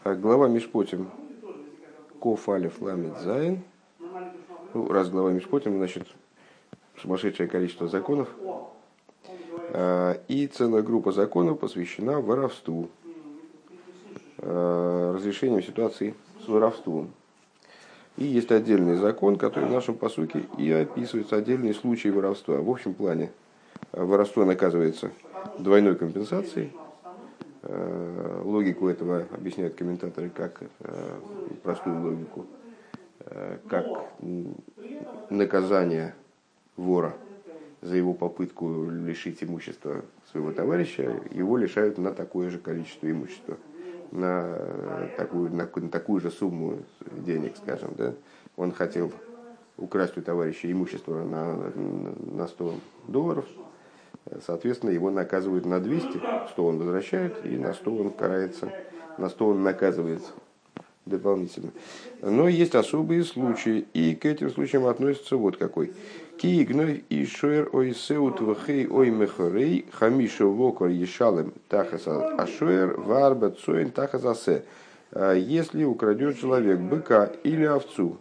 Глава Мишпотим, Коф Алеф Ламет Зайн. Раз глава Мишпотим, значит, сумасшедшее количество законов. И целая группа законов посвящена воровству, разрешению ситуации с воровством. И есть отдельный закон, который в нашем пасуке и описывается, отдельные случаи воровства. В общем плане воровство наказывается двойной компенсацией. Логику этого объясняют комментаторы как простую логику, как наказание вора за его попытку лишить имущества своего товарища, его лишают на такое же количество имущества, на такую же сумму денег, скажем. Да? Он хотел украсть у товарища имущество на $100, соответственно, его наказывают на 200, 100 он возвращает, и на 100 он карается, на 100 он наказывается дополнительно. Но есть особые случаи, и к этим случаям относится вот какой. Ки игной и шуэр ойсеут вахей ой мехорей хамиша вокор ешалем тахаса ашуэр варба цоин тахасасе. Если украдет человек быка или овцу,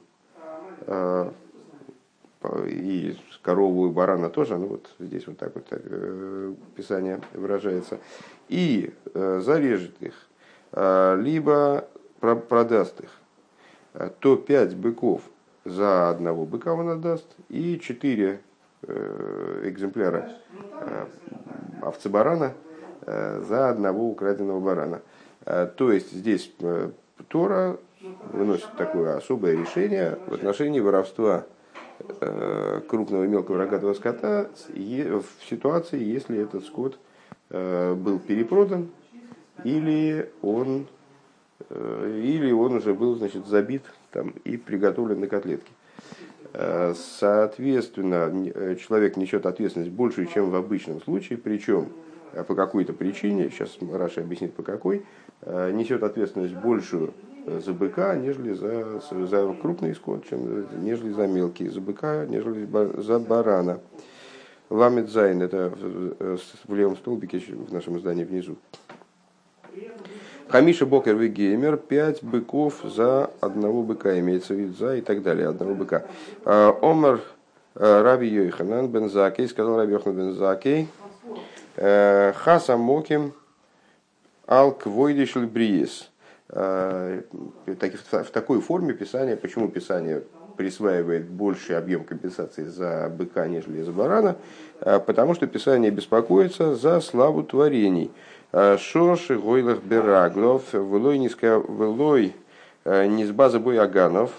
и корову и барана тоже, ну вот здесь вот так вот Писание выражается, и зарежет их, либо продаст их, то 5 быков за одного быка он отдаст, и 4 экземпляра овцы-барана за одного украденного барана. То есть здесь Тора выносит такое особое решение в отношении воровства крупного и мелкого рогатого скота в ситуации, если этот скот был перепродан или он уже был, значит, забит там, и приготовлен на котлетки. Соответственно, человек несет ответственность большую, чем в обычном случае, причем по какой-то причине, сейчас Раши объяснит по какой, несет ответственность большую за быка, нежели за крупный скот, нежели за мелкий, за быка, нежели за барана. Ламет Зайн, это в левом столбике в нашем издании внизу. Хамиша Бокер Вегеймер, 5 быков за одного быка, имеется в виду за и так далее, одного быка. Омар Раби Йоханан бен Закей, сказал Раби Йоханан бен Закей, Хаса Моким Алк Войдишл Бриес. В такой форме Писание, почему Писание присваивает больший объем компенсации за быка, нежели за барана? Потому что Писание беспокоится за славу творений. Шоши гойлах бераглов, влой низбаза бой аганов,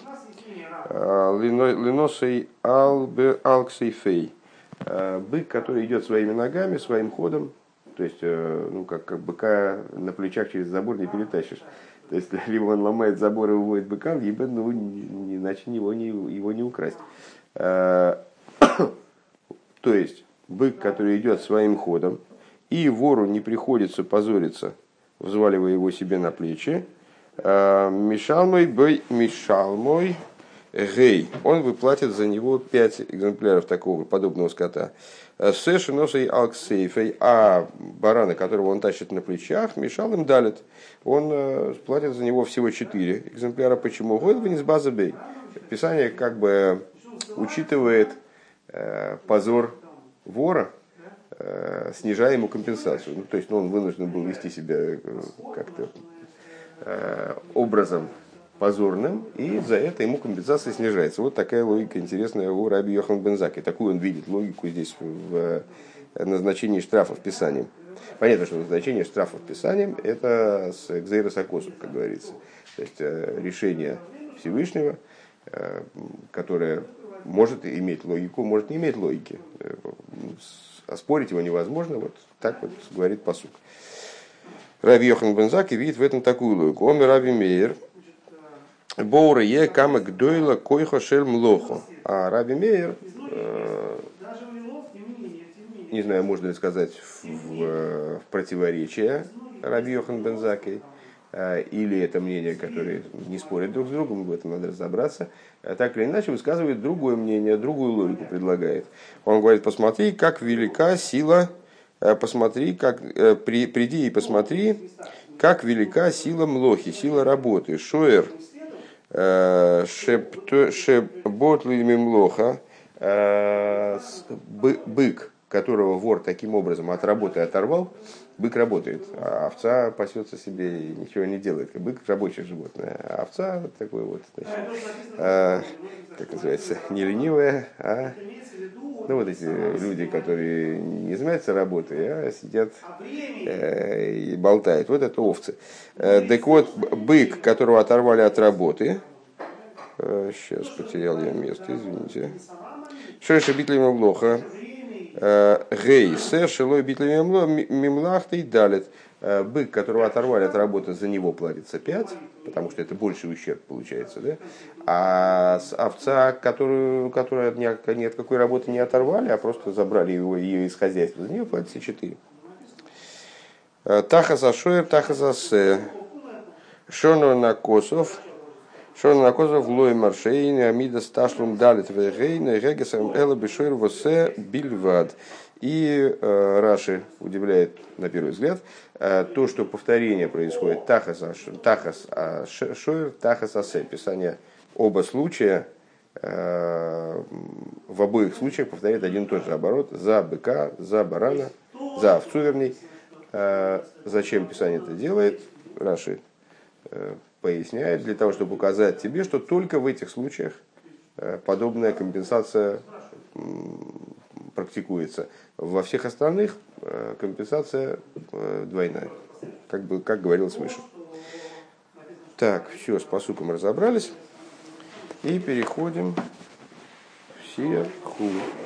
линосей алксейфей. Бык, который идет своими ногами, своим ходом, то есть, ну, как быка на плечах через забор не перетащишь. То есть, либо он ломает забор и уводит быка, либо, ну, иначе его не украсть. То есть, бык, который идет своим ходом, и вору не приходится позориться, взваливая его себе на плечи, мешал мой гей, он выплатит за него 5 экземпляров такого подобного скота. Сэши носой алксейфей, а барана, которого он тащит на плечах, мешал им далит. Он платит за него всего 4 экземпляра. Почему? Писание как бы учитывает позор вора, снижая ему компенсацию. Ну, то есть он вынужден был вести себя как-то образом позорным, и за это ему компенсация снижается. Вот такая логика интересная у Раби Йоханан бен Заккей. Такую он видит логику здесь в назначении штрафов Писанием. Понятно, что назначение штрафов Писанием – это с экзейрос акосу, как говорится. То есть решение Всевышнего, которое может иметь логику, может не иметь логики. Оспорить его невозможно, вот так вот говорит пасук. Раби Йоханан бен Заккей видит в этом такую логику. Омер Раби Меир Боура е камек дойла койхо шель млохо. А Раби Меир, не знаю, можно ли сказать в противоречие Раби Йоханан бен Заккей, или это мнение, которые не спорят друг с другом, в этом надо разобраться, так или иначе высказывает другое мнение, другую логику предлагает. Он говорит, посмотри, как велика сила, посмотри, приди и посмотри, как велика сила млохи, сила работы. Шоер шеботлими млоха, бык, которого вор таким образом от работы оторвал, бык работает, а овца пасется себе и ничего не делает. Бык рабочее животное, а овца такой вот, значит, как называется, не ленивая, а ну, вот эти люди, которые не занимаются работой, а сидят и болтают. Вот это овцы. Так вот, бык, которого оторвали от работы, сейчас потерял я место, извините. Шеша битлем млоха, гей, се, шелой битлем мимлахта и далит. Бык, которого оторвали от работы, за него платится 5, потому что это больший ущерб получается, да? А овца, которая ни от какой работы не оторвали, а просто забрали ее из хозяйства, за нее платится 4. Тахаса шоер, тахаса се. Шоно на косов лой маршейн, амида сташлум далит вегейн, регесам эла бешоер восе бильвад. И Раши удивляет на первый взгляд то, что повторение происходит тахас шоер, тахас асе. Писание оба случая, в обоих случаях повторяет один и тот же оборот: за быка, за барана, за овцу, вернее. Зачем Писание это делает? Раши поясняет: для того, чтобы указать тебе, что только в этих случаях подобная компенсация практикуется. Во всех остальных компенсация двойная, как говорилось выше. Так, все, с пасуком разобрались. И переходим в Сиаху.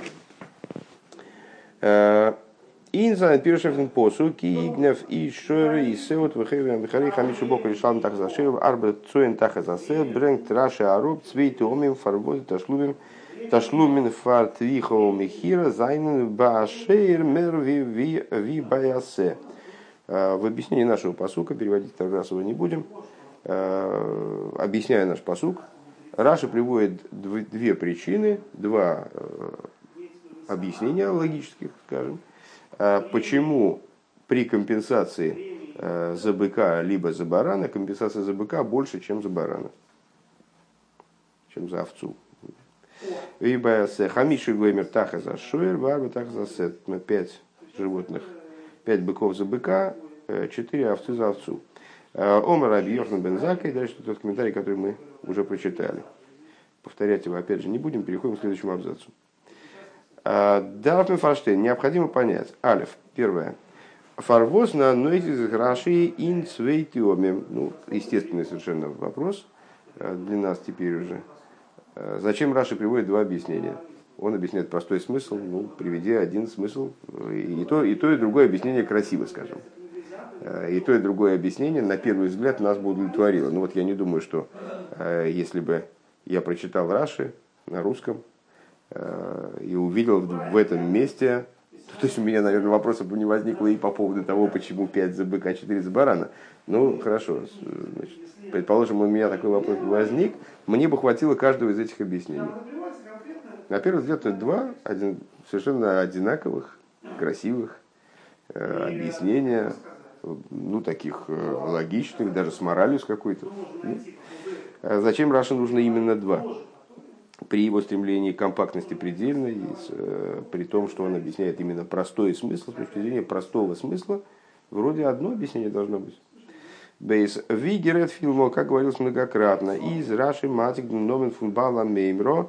Инзан пиршефн посуки игнев и шоры и сеут выхевен выхари хамишу боку решалм так зашил арбе цуэн так засел брэнк траши аруб цвейты омим фарводы ташлумин фартвихо михира зайнен баашейр мер ви баясе. В объяснении нашего пасука, переводить второй раз его не будем, объясняя наш пасук, Раши приводит две причины, два объяснения логических, скажем, почему при компенсации за быка либо за барана компенсация за быка больше, чем за барана, чем за овцу. Хамиши гоймер таха за шуэр, варба таха за сет. 5 животных, 5 быков за быка, 4 овцы за овцу. Омар Раби Йоханан бен Заккай, дальше тот комментарий, который мы уже прочитали. Повторять его опять же не будем, переходим к следующему абзацу. Дарфмен Фарштейн, необходимо понять. Алеф, первое. Фарвоз на нойти граши ин цвейтиоме. Ну, естественный совершенно вопрос для нас теперь уже. Зачем Раши приводит два объяснения? Он объясняет простой смысл, ну, приведи один смысл. И то, и другое объяснение красиво, скажем. И то, и другое объяснение, на первый взгляд, нас бы удовлетворило. Ну вот я не думаю, что если бы я прочитал Раши на русском и увидел в этом месте, то есть у меня, наверное, вопросов бы не возникло и по поводу того, почему 5 за быка, 4 за барана. Ну, хорошо. Значит, предположим, у меня такой вопрос возник, мне бы хватило каждого из этих объяснений. На первый взгляд, это два совершенно одинаковых, красивых объяснения, ну, таких логичных, даже с моралью с какой-то. Зачем Раши нужно именно два? При его стремлении к компактности предельной, при том, что он объясняет именно простой смысл, с точки зрения простого смысла, вроде одно объяснение должно быть. Бейс вигерет фильмо, как говорилось многократно, из Раши матик номен фунбала меймро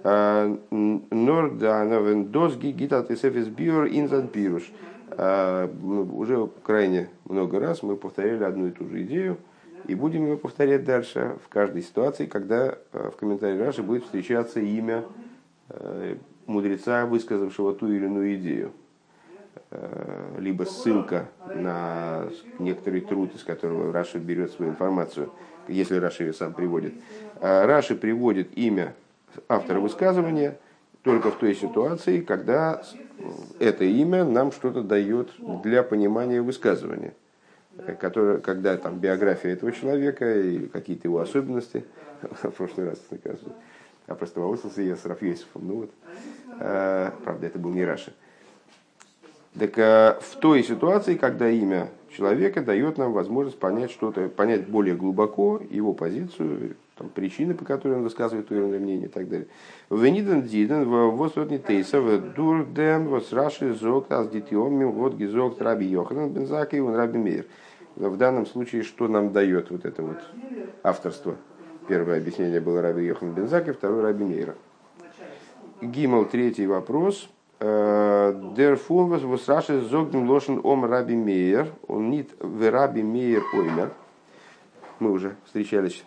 нордановен дозги гитат эсэфэс биор инзад бируш. Уже крайне много раз мы повторяли одну и ту же идею, и будем ее повторять дальше в каждой ситуации, когда в комментарии Раши будет встречаться имя мудреца, высказавшего ту или иную идею. Либо ссылка на некоторый труд, из которого Раши берет свою информацию, если Раши ее сам приводит. Раши приводит имя автора высказывания только в той ситуации, когда это имя нам что-то дает для понимания высказывания. Когда там биография этого человека и какие-то его особенности. В прошлый раз, оказывается, опростоволосился я с Рав Йосифом. Ну вот. Правда, это был не Раши. Так в той ситуации, когда имя человека дает нам возможность понять что-то, понять более глубоко его позицию, там, причины, по которым он высказывает то или иное мнение и так далее. Вениден диден, вот не тейса, дурдем, вот раши зог, аз дитиоми, вот гизок, раби Йоханан бен Заккай, он раби Меир. В данном случае, что нам дает вот это вот авторство? Первое объяснение было раби Йоханан бен Заккай, второе раби Меира. Гимл, третий вопрос. Der Fun was Rashi sagt dem Loschen Rabbi Meir und nicht в Rabbi Meir Оймер. Мы уже встречались.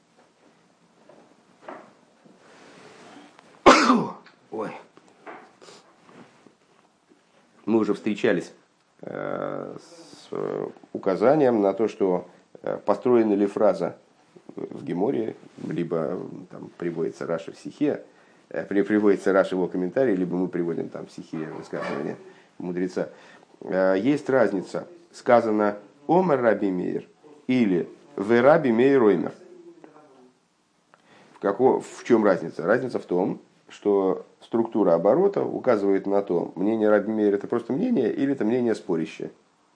Ой. Мы уже встречались с указанием на то, что построена ли фраза в Геморе, либо там приводится Раши в Сихе, приводится Раши в его комментарии, либо мы приводим там Сихе высказывание мудреца. Есть разница, сказано Омар Раби Меир или в Раби Меир Оймер. В чем разница? Разница в том, что структура оборота указывает на то, мнение Раби Меир это просто мнение или это мнение спорящее.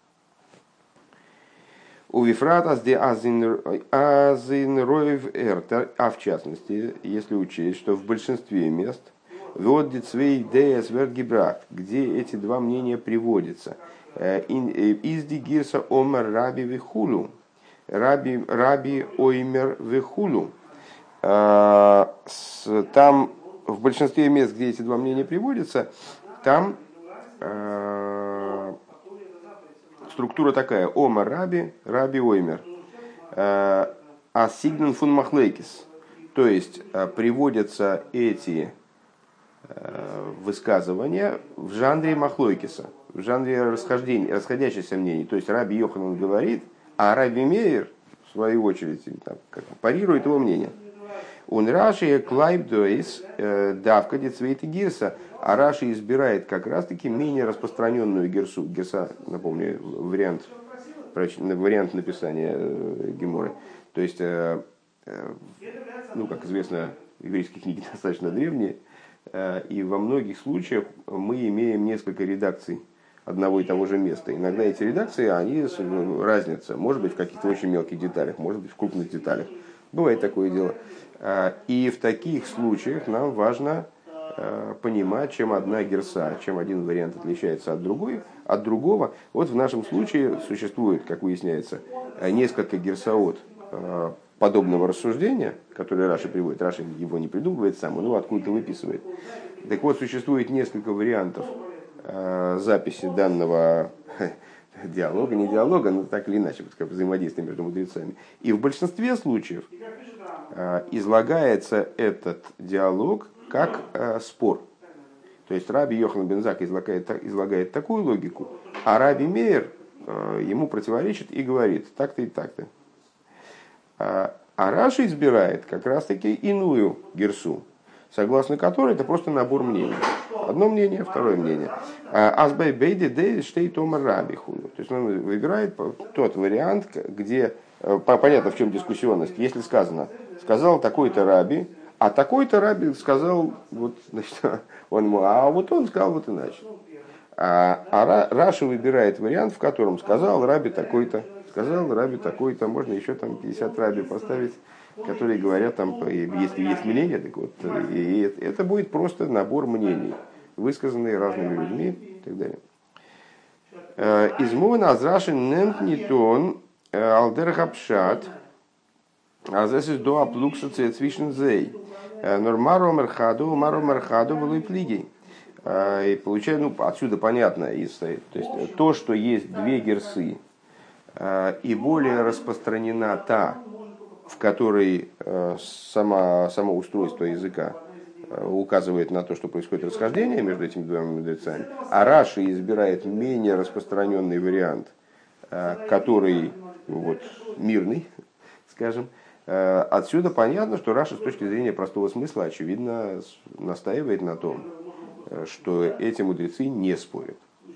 У Вифратас де Азинроев Эртер, а в частности, если учесть, что в большинстве мест где эти два мнения приводятся, из Дигирса Омар Раби Вихулу, Раби Оймер Вихулу, там в большинстве мест, где эти два мнения приводятся, там структура такая: Омар Раби, Раби Оймер, а Сигнан фун Махлейкис. То есть приводятся эти высказывания в жанре Махлойкиса, в жанре расходящихся мнений. То есть Раби Йоханан говорит, а Раби Меир, в свою очередь, там, парирует его мнение. Он Раши клайбдоис давка децвейти гирса, а Раши избирает как раз-таки менее распространенную гирсу. Гирса, напомню, вариант написания Геморы. То есть, ну, как известно, еврейские книги достаточно древние, и во многих случаях мы имеем несколько редакций одного и того же места. Иногда эти редакции, они разнятся, может быть, в каких-то очень мелких деталях, может быть, в крупных деталях. Бывает такое дело. И в таких случаях нам важно понимать, чем одна герса, чем один вариант отличается от другого. Вот в нашем случае существует, как выясняется, несколько герсаот подобного рассуждения, которое Раши приводит. Раши его не придумывает сам, он его откуда-то выписывает. Так вот, существует несколько вариантов записи данного диалога, не диалога, но так или иначе, как взаимодействие между мудрецами. И в большинстве случаев излагается этот диалог как спор. То есть Раби Йоханан бен Заккай излагает такую логику, а Раби Меир ему противоречит и говорит так-то и так-то. А Раши избирает как раз-таки иную герсу, согласно которой это просто набор мнений. Одно мнение, второе мнение. Азбай бейди дей штейт омар раби хулу. То есть он выбирает тот вариант, где понятно, в чем дискуссионность. Если сказал такой-то раби, а такой-то раби сказал, вот, значит, он сказал вот иначе. А Раши выбирает вариант, в котором сказал раби такой-то, можно еще там 50 раби поставить, которые говорят, там, если есть мнение, так вот, и это будет просто набор мнений, высказанные разными людьми и так далее. Измован азраши немтнитон алдерхапшат, а здесь есть до аплукса цвишнзей. Нормаро мархаду были плиги. И получается, отсюда понятно, то есть то, что есть две герсы, и более распространена та, в которой само устройство языка указывает на то, что происходит расхождение между этими двумя мудрецами, а Раши избирает менее распространенный вариант, который мирный, скажем. Отсюда понятно, что Раши с точки зрения простого смысла, очевидно, настаивает на том, что эти мудрецы не спорят.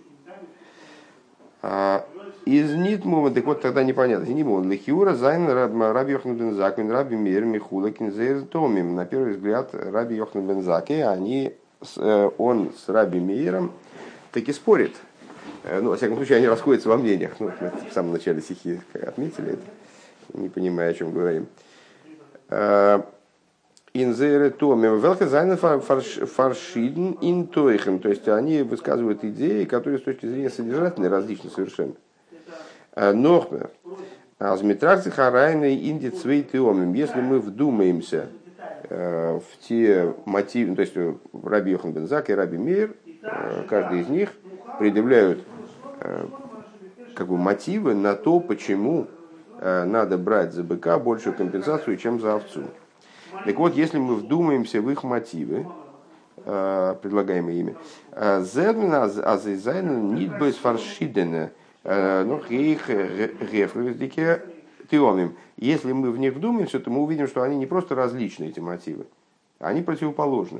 Из Нитмува, так вот тогда непонятно. Лихиура зайн Раби Йоханан бен Заккай, Раби Меир, Михула, Кинзейр, Томим. На первый взгляд, Раби Йоханан бен Заккай, он с Раби Меиром таки спорит. Ну, во всяком случае, они расходятся во мнениях. Ну, мы в самом начале стихи отметили это, не понимая, о чем говорим. Инзере томим велке зайнен фаршиден интойхен. То есть они высказывают идеи, которые с точки зрения содержательной различны совершенно. Нохмер. Азмитракции харайны инди цвейтеомим. Если мы вдумаемся в те мотивы, то есть Раби Йохан бен Закkai и Раби Меир, каждый из них предъявляют как бы мотивы на то, почему надо брать за быка большую компенсацию, чем за овцу. Так вот, если мы вдумаемся в их мотивы, предлагаемые ими, «Зерна азизайна нит без фаршидена, но их рефлексдике теомим». Если мы в них вдумаемся, то мы увидим, что они не просто различны, эти мотивы, они противоположны.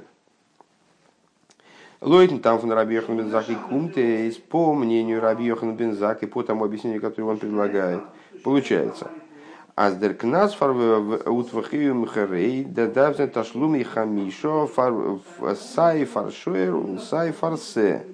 Лойтен там в Раби Йохан бен Закkai кумтейс, по мнению Раби Йохана бен Закkai, по тому объяснению, которое он предлагает, получается. Аздер кнас утвахиум херей, дадавзен ташлуми хамишо сай фаршуэр сай фарсе.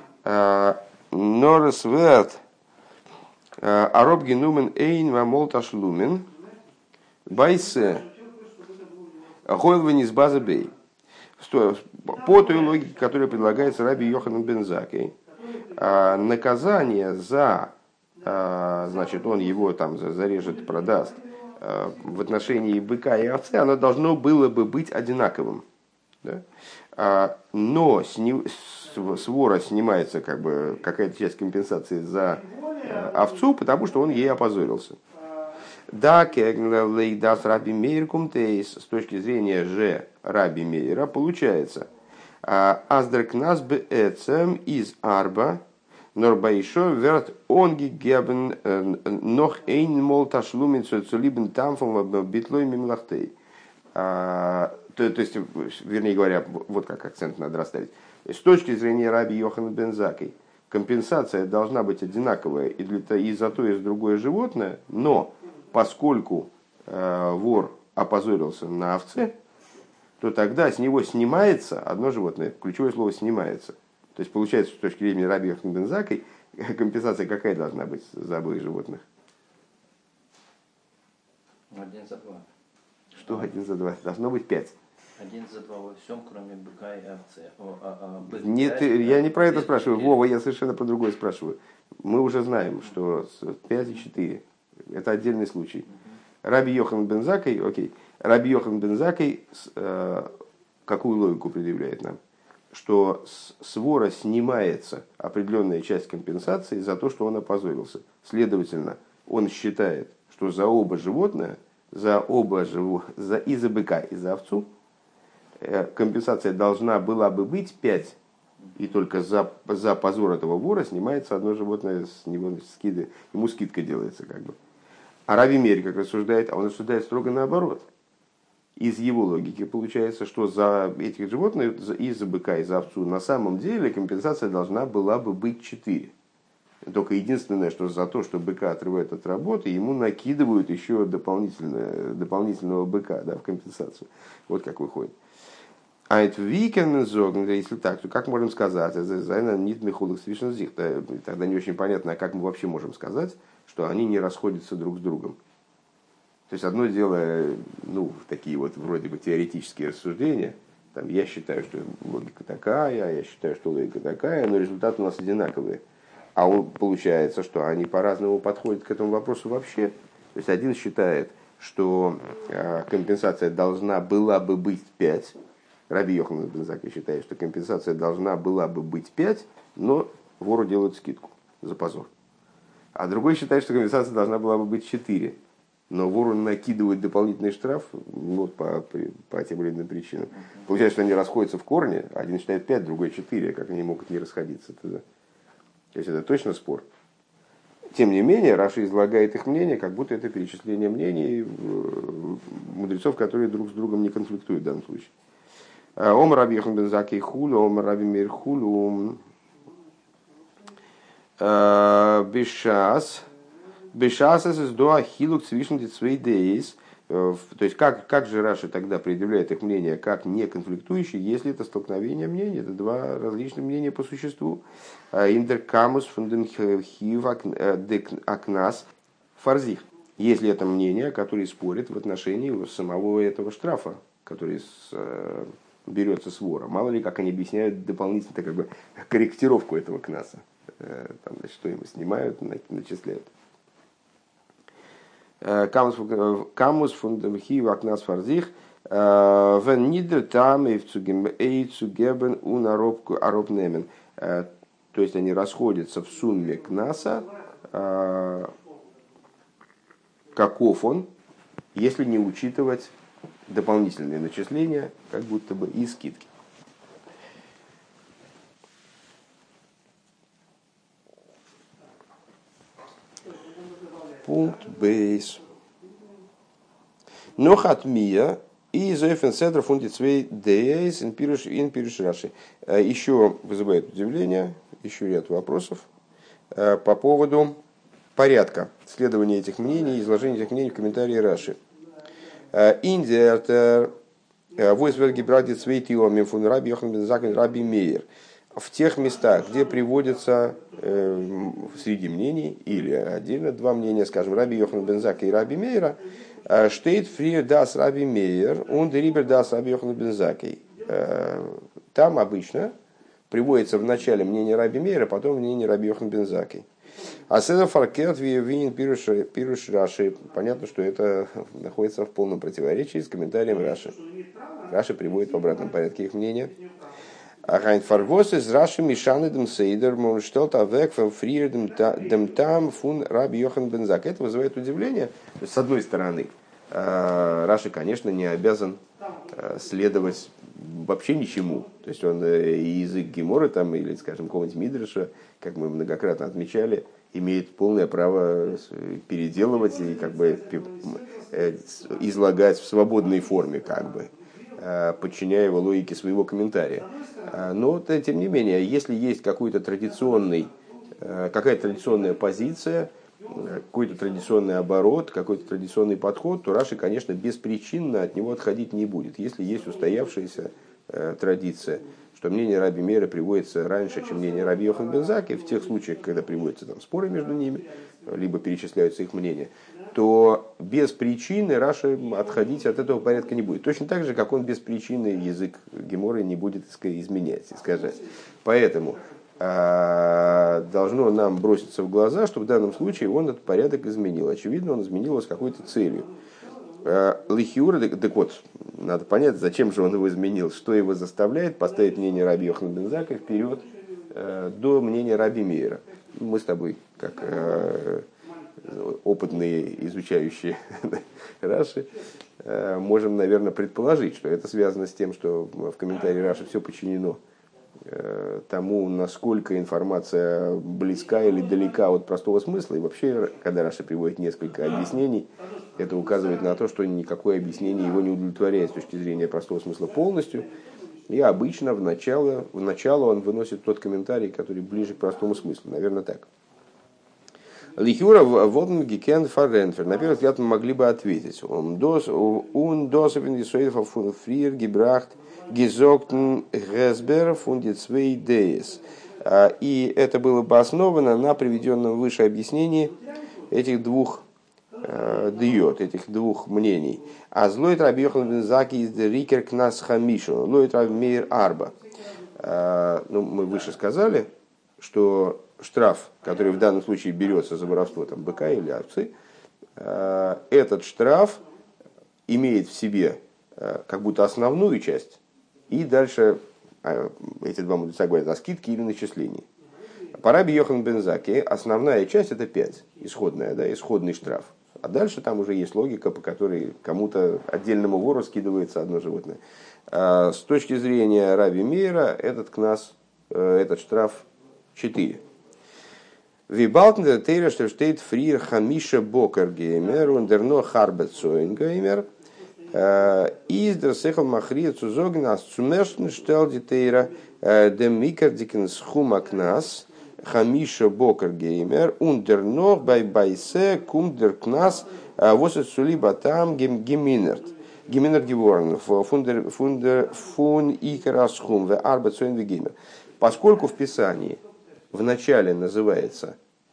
Норсверт ароб генумен эйн вамол ташлумен байсе гойлвенис база бей. По той логике, которая предлагается Раби Йоханом бен Закkai, наказание за, значит, он его там зарежет, продаст, в отношении быка и овцы, оно должно было бы быть одинаковым. Да? Но с вора снимается как бы какая-то часть компенсации за овцу, потому что он ей опозорился. Да, кеглейдас Раби Меир кумтейс, с точки зрения же Раби Меира, получается, аздерк нас беэцем из арба норбаишо верт онги гебен нох эйн мол ташлумен цулибен тамфом битлой мимлахтей. То есть, вернее говоря, вот как акцент надо расставить. С точки зрения Раби Йохана бен Закkai, компенсация должна быть одинаковая и за то, и за другое животное, но поскольку вор опозорился на овце, то тогда с него снимается одно животное. Ключевое слово «снимается». То есть получается, что с точки зрения Раби Йохана бен Закkai, компенсация какая должна быть за обоих животных? 1 за 2. Что 1 за 2? Должно быть 5. 1 за 2 во всем, кроме быка и овцы. Нет, я не про это спрашиваю. Вова, я совершенно про другое спрашиваю. Мы уже знаем, что 5 и 4 – это отдельный случай. Раби Йохан бен Закkai, окей. Раби Йохан бен Закkai какую логику предъявляет нам? Что с вора снимается определенная часть компенсации за то, что он опозорился. Следовательно, он считает, что за оба животных, и за быка, и за овцу, компенсация должна была бы быть 5, и только за позор этого вора снимается одно животное, с него ему скидка делается как бы. А Раби Меир как рассуждает, он рассуждает строго наоборот. Из его логики получается, что за этих животных, и за быка, и за овцу, на самом деле компенсация должна была бы быть 4. Только единственное, что за то, что быка отрывают от работы, ему накидывают еще дополнительного быка, да, в компенсацию. Вот как выходит. А это если так, то как можем сказать? Тогда не очень понятно, а как мы вообще можем сказать, что они не расходятся друг с другом. То есть одно дело, ну, такие вот вроде бы теоретические рассуждения, там, я считаю, что логика такая, я считаю, что логика такая, но результаты у нас одинаковые. А получается, что они по-разному подходят к этому вопросу вообще. То есть один считает, что компенсация должна была бы быть 5. Раби Йохан бен Закkai считает, что компенсация должна была бы быть 5, но вору делают скидку за позор. А другой считает, что компенсация должна была бы быть 4. Но вору накидывают дополнительный штраф вот, по тем или иным причинам. Получается, что они расходятся в корне. Один считает 5, другой 4. Как они могут не расходиться тогда? То есть это точно спор. Тем не менее, Раши излагает их мнение, как будто это перечисление мнений мудрецов, которые друг с другом не конфликтуют в данном случае. Омар Раби Йохан бен Закkai хулу, омар Раби Меир хулу. Бешас. Бешас es do ахилук zwischen die zwei Days, То есть, как же Раши тогда предъявляет их мнение как не конфликтующие, если это столкновение мнений, это два различных мнения по существу. Индеркамус фунденхив акнас фарзих. Если это мнение, которое спорит в отношении самого этого штрафа, который берется с вора. Мало ли, как они объясняют дополнительно как бы, корректировку этого кнаса. Там, значит, что ему снимают, начисляют. Камус фундамхи вакнас фарзих вен нидер там и цугебен у наробку аробнемен. То есть они расходятся в сумме кнаса, каков он, если не учитывать дополнительные начисления, как будто бы и скидки. Пункт бейс. Нохат мия и зоэфен седр фундит свей дейс ин пируш раши. Еще вызывает удивление, еще ряд вопросов по поводу порядка следования этих мнений, изложения этих мнений в комментарии Раши. Индиатер войсверги брадит свей тиомим фун раби Йохан бен Заккай раби Мейер. В тех местах, где приводятся среди мнений, или отдельно два мнения, скажем, раби Йохан бен Заккай и раби Мейера, штейт фриер дас раби Мейер, und рибер дас раби Йохан бен Заккай. Там обычно приводится в начале мнение раби Мейера, потом мнение раби Йохан бен Заккай. А седа фаркет виевин пируш Раши. Понятно, что это находится в полном противоречии с комментарием Раши. Раши приводит в обратном порядке их мнения. Агайн фарвос из Раши мишаны дем сейдер монштелт авек фем фриер дем там фун раби Йохан бен Заккай. Это вызывает удивление. С одной стороны, Раши, конечно, не обязан следовать вообще ничему. То есть он язык Геморы там, или, скажем, какого-нибудь Мидраша, как мы многократно отмечали, имеет полное право переделывать и как бы излагать в свободной форме, как бы, подчиняя его логике своего комментария. Но, тем не менее, если есть какая-то традиционная позиция, какой-то традиционный оборот, какой-то традиционный подход, то Раши, конечно, беспричинно от него отходить не будет. Если есть устоявшаяся традиция, что мнение раби Мейера приводится раньше, чем мнение раби Йохан бен Заккай, в тех случаях, когда приводятся там споры между ними, либо перечисляются их мнения, то без причины Раши отходить от этого порядка не будет. Точно так же, как он без причины язык Геморы не будет изменять, искажать. Поэтому должно нам броситься в глаза, что в данном случае он этот порядок изменил. Очевидно, он изменил его с какой-то целью. Лихиура, так вот, надо понять, зачем же он его изменил, что его заставляет поставить мнение раби Йохана бен Заккая вперед до мнения раби Мейера. Мы с тобой, как опытные изучающие Раши, можем, наверное, предположить, что это связано с тем, что в комментарии Раши все подчинено тому, насколько информация близка или далека от простого смысла. И вообще, когда Раши приводит несколько объяснений, это указывает на то, что никакое объяснение его не удовлетворяет с точки зрения простого смысла полностью. И обычно в начало он выносит тот комментарий, который ближе к простому смыслу. Наверное, так. Лихюра водн гикен фаренфер. На первый взгляд мы могли бы ответить. Он досовен исоидов фун фриер гибрахт гизоктен гесбер фундит свей дейс. И это было бы основано на приведенном выше объяснении этих двух диот, этих двух мнений. А злой раби Йохан бен Заккай из рикер кнас хамишу, лой раби Мейер арба. Мы выше сказали, что штраф, который в данном случае берется за воровство там, быка или овцы, этот штраф имеет в себе как будто основную часть, и дальше эти два мудреца говорят о скидке или начислении. По раби Йохан бен Заккай основная часть это 5, исходная, да, исходный штраф. А дальше там уже есть логика, по которой кому-то отдельному вору скидывается одно животное. С точки зрения раби Мейера этот кнас, этот штраф 4. Вибалтен тейра что штейт фриер хамиша бокер геймер ундерно харбет соин геймер из дер сехал махрия цузогнас цумершн штелди тейра дем микер дикенс хума кнас хамиша бокер геймер ундерно бай байсе кумдер кнас восс сулиба там геминерт. Геминерт геворн фун икерасхум в арбецойн вегемер. Поскольку в Писании в начале называется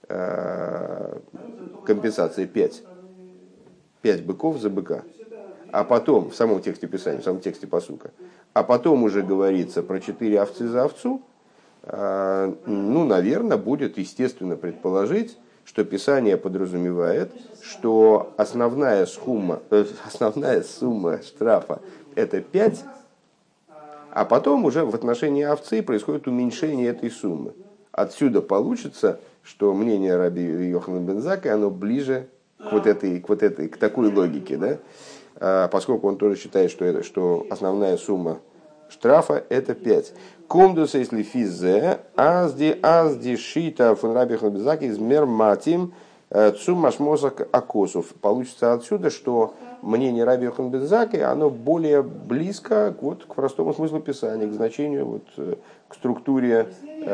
компенсация 5 быков за быка, а потом, в самом тексте Писания, в самом тексте пасука, а потом уже говорится про 4 овцы за овцу, ну, наверное, будет естественно предположить, что Писание подразумевает, что основная сумма штрафа это 5, а потом уже в отношении овцы происходит уменьшение этой суммы. Отсюда получится, что мнение раби Йоханана бен Заккая, оно ближе к такой логике, да? Поскольку он тоже считает, что основная сумма штрафа это 5. Кумдус, если физе, азди шита фун раби Йоханан бен Заккай из мерматим цумашмозак акосов. Получится отсюда, что мнение раби Йоханана бен Заккая, оно более близко к простому смыслу Писания, к значению, к структуре,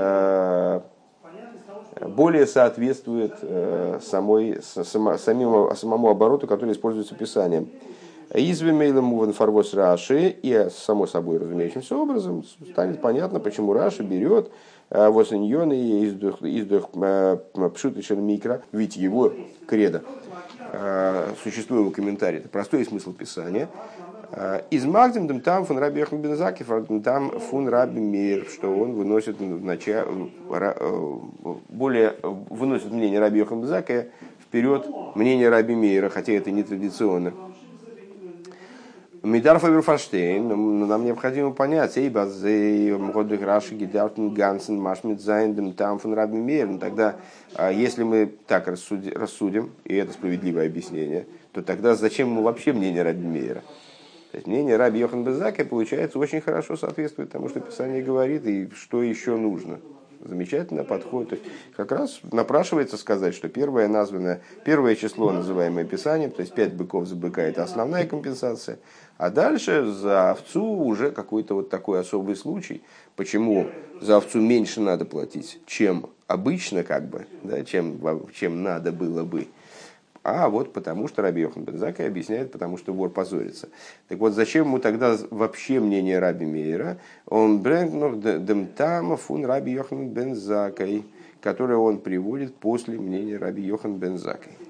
более соответствует самому обороту, который используется Писанием. Извимейлем увен фарвос Раши, и само собой разумеющимся образом станет понятно, почему Раши берет восеньон и издох пшутычен микро, ведь его кредо, существует его комментарий, это простой смысл Писания. Из Магдем там фун раби Йоханан бен Заккай, там фун раби Меир, что он выносит мнение раби Йоханана бен Заккая вперед мнение раби Меира, хотя это не традиционно. Мидар Фаберфаштейн, нам необходимо понять, тогда, если мы так рассудим, и это справедливое объяснение, то тогда зачем ему вообще мнение раби Меира? То есть мнение раби Йоханана бен Заккая, получается, очень хорошо соответствует тому, что Писание говорит, и что еще нужно. Замечательно подходит. То есть, как раз напрашивается сказать, что первое число, называемое Писанием, то есть 5 быков за быка, это основная компенсация, а дальше за овцу уже какой-то вот такой особый случай. Почему за овцу меньше надо платить, чем обычно, да, чем надо было бы. А вот потому что раби Йоханан бен Заккай объясняет, потому что вор позорится. Так вот, зачем ему тогда вообще мнение раби Меира? Он брэнгнур демтама фун раби Йоханан бен Заккай, которое он приводит после мнения раби Йоханана бен Заккай.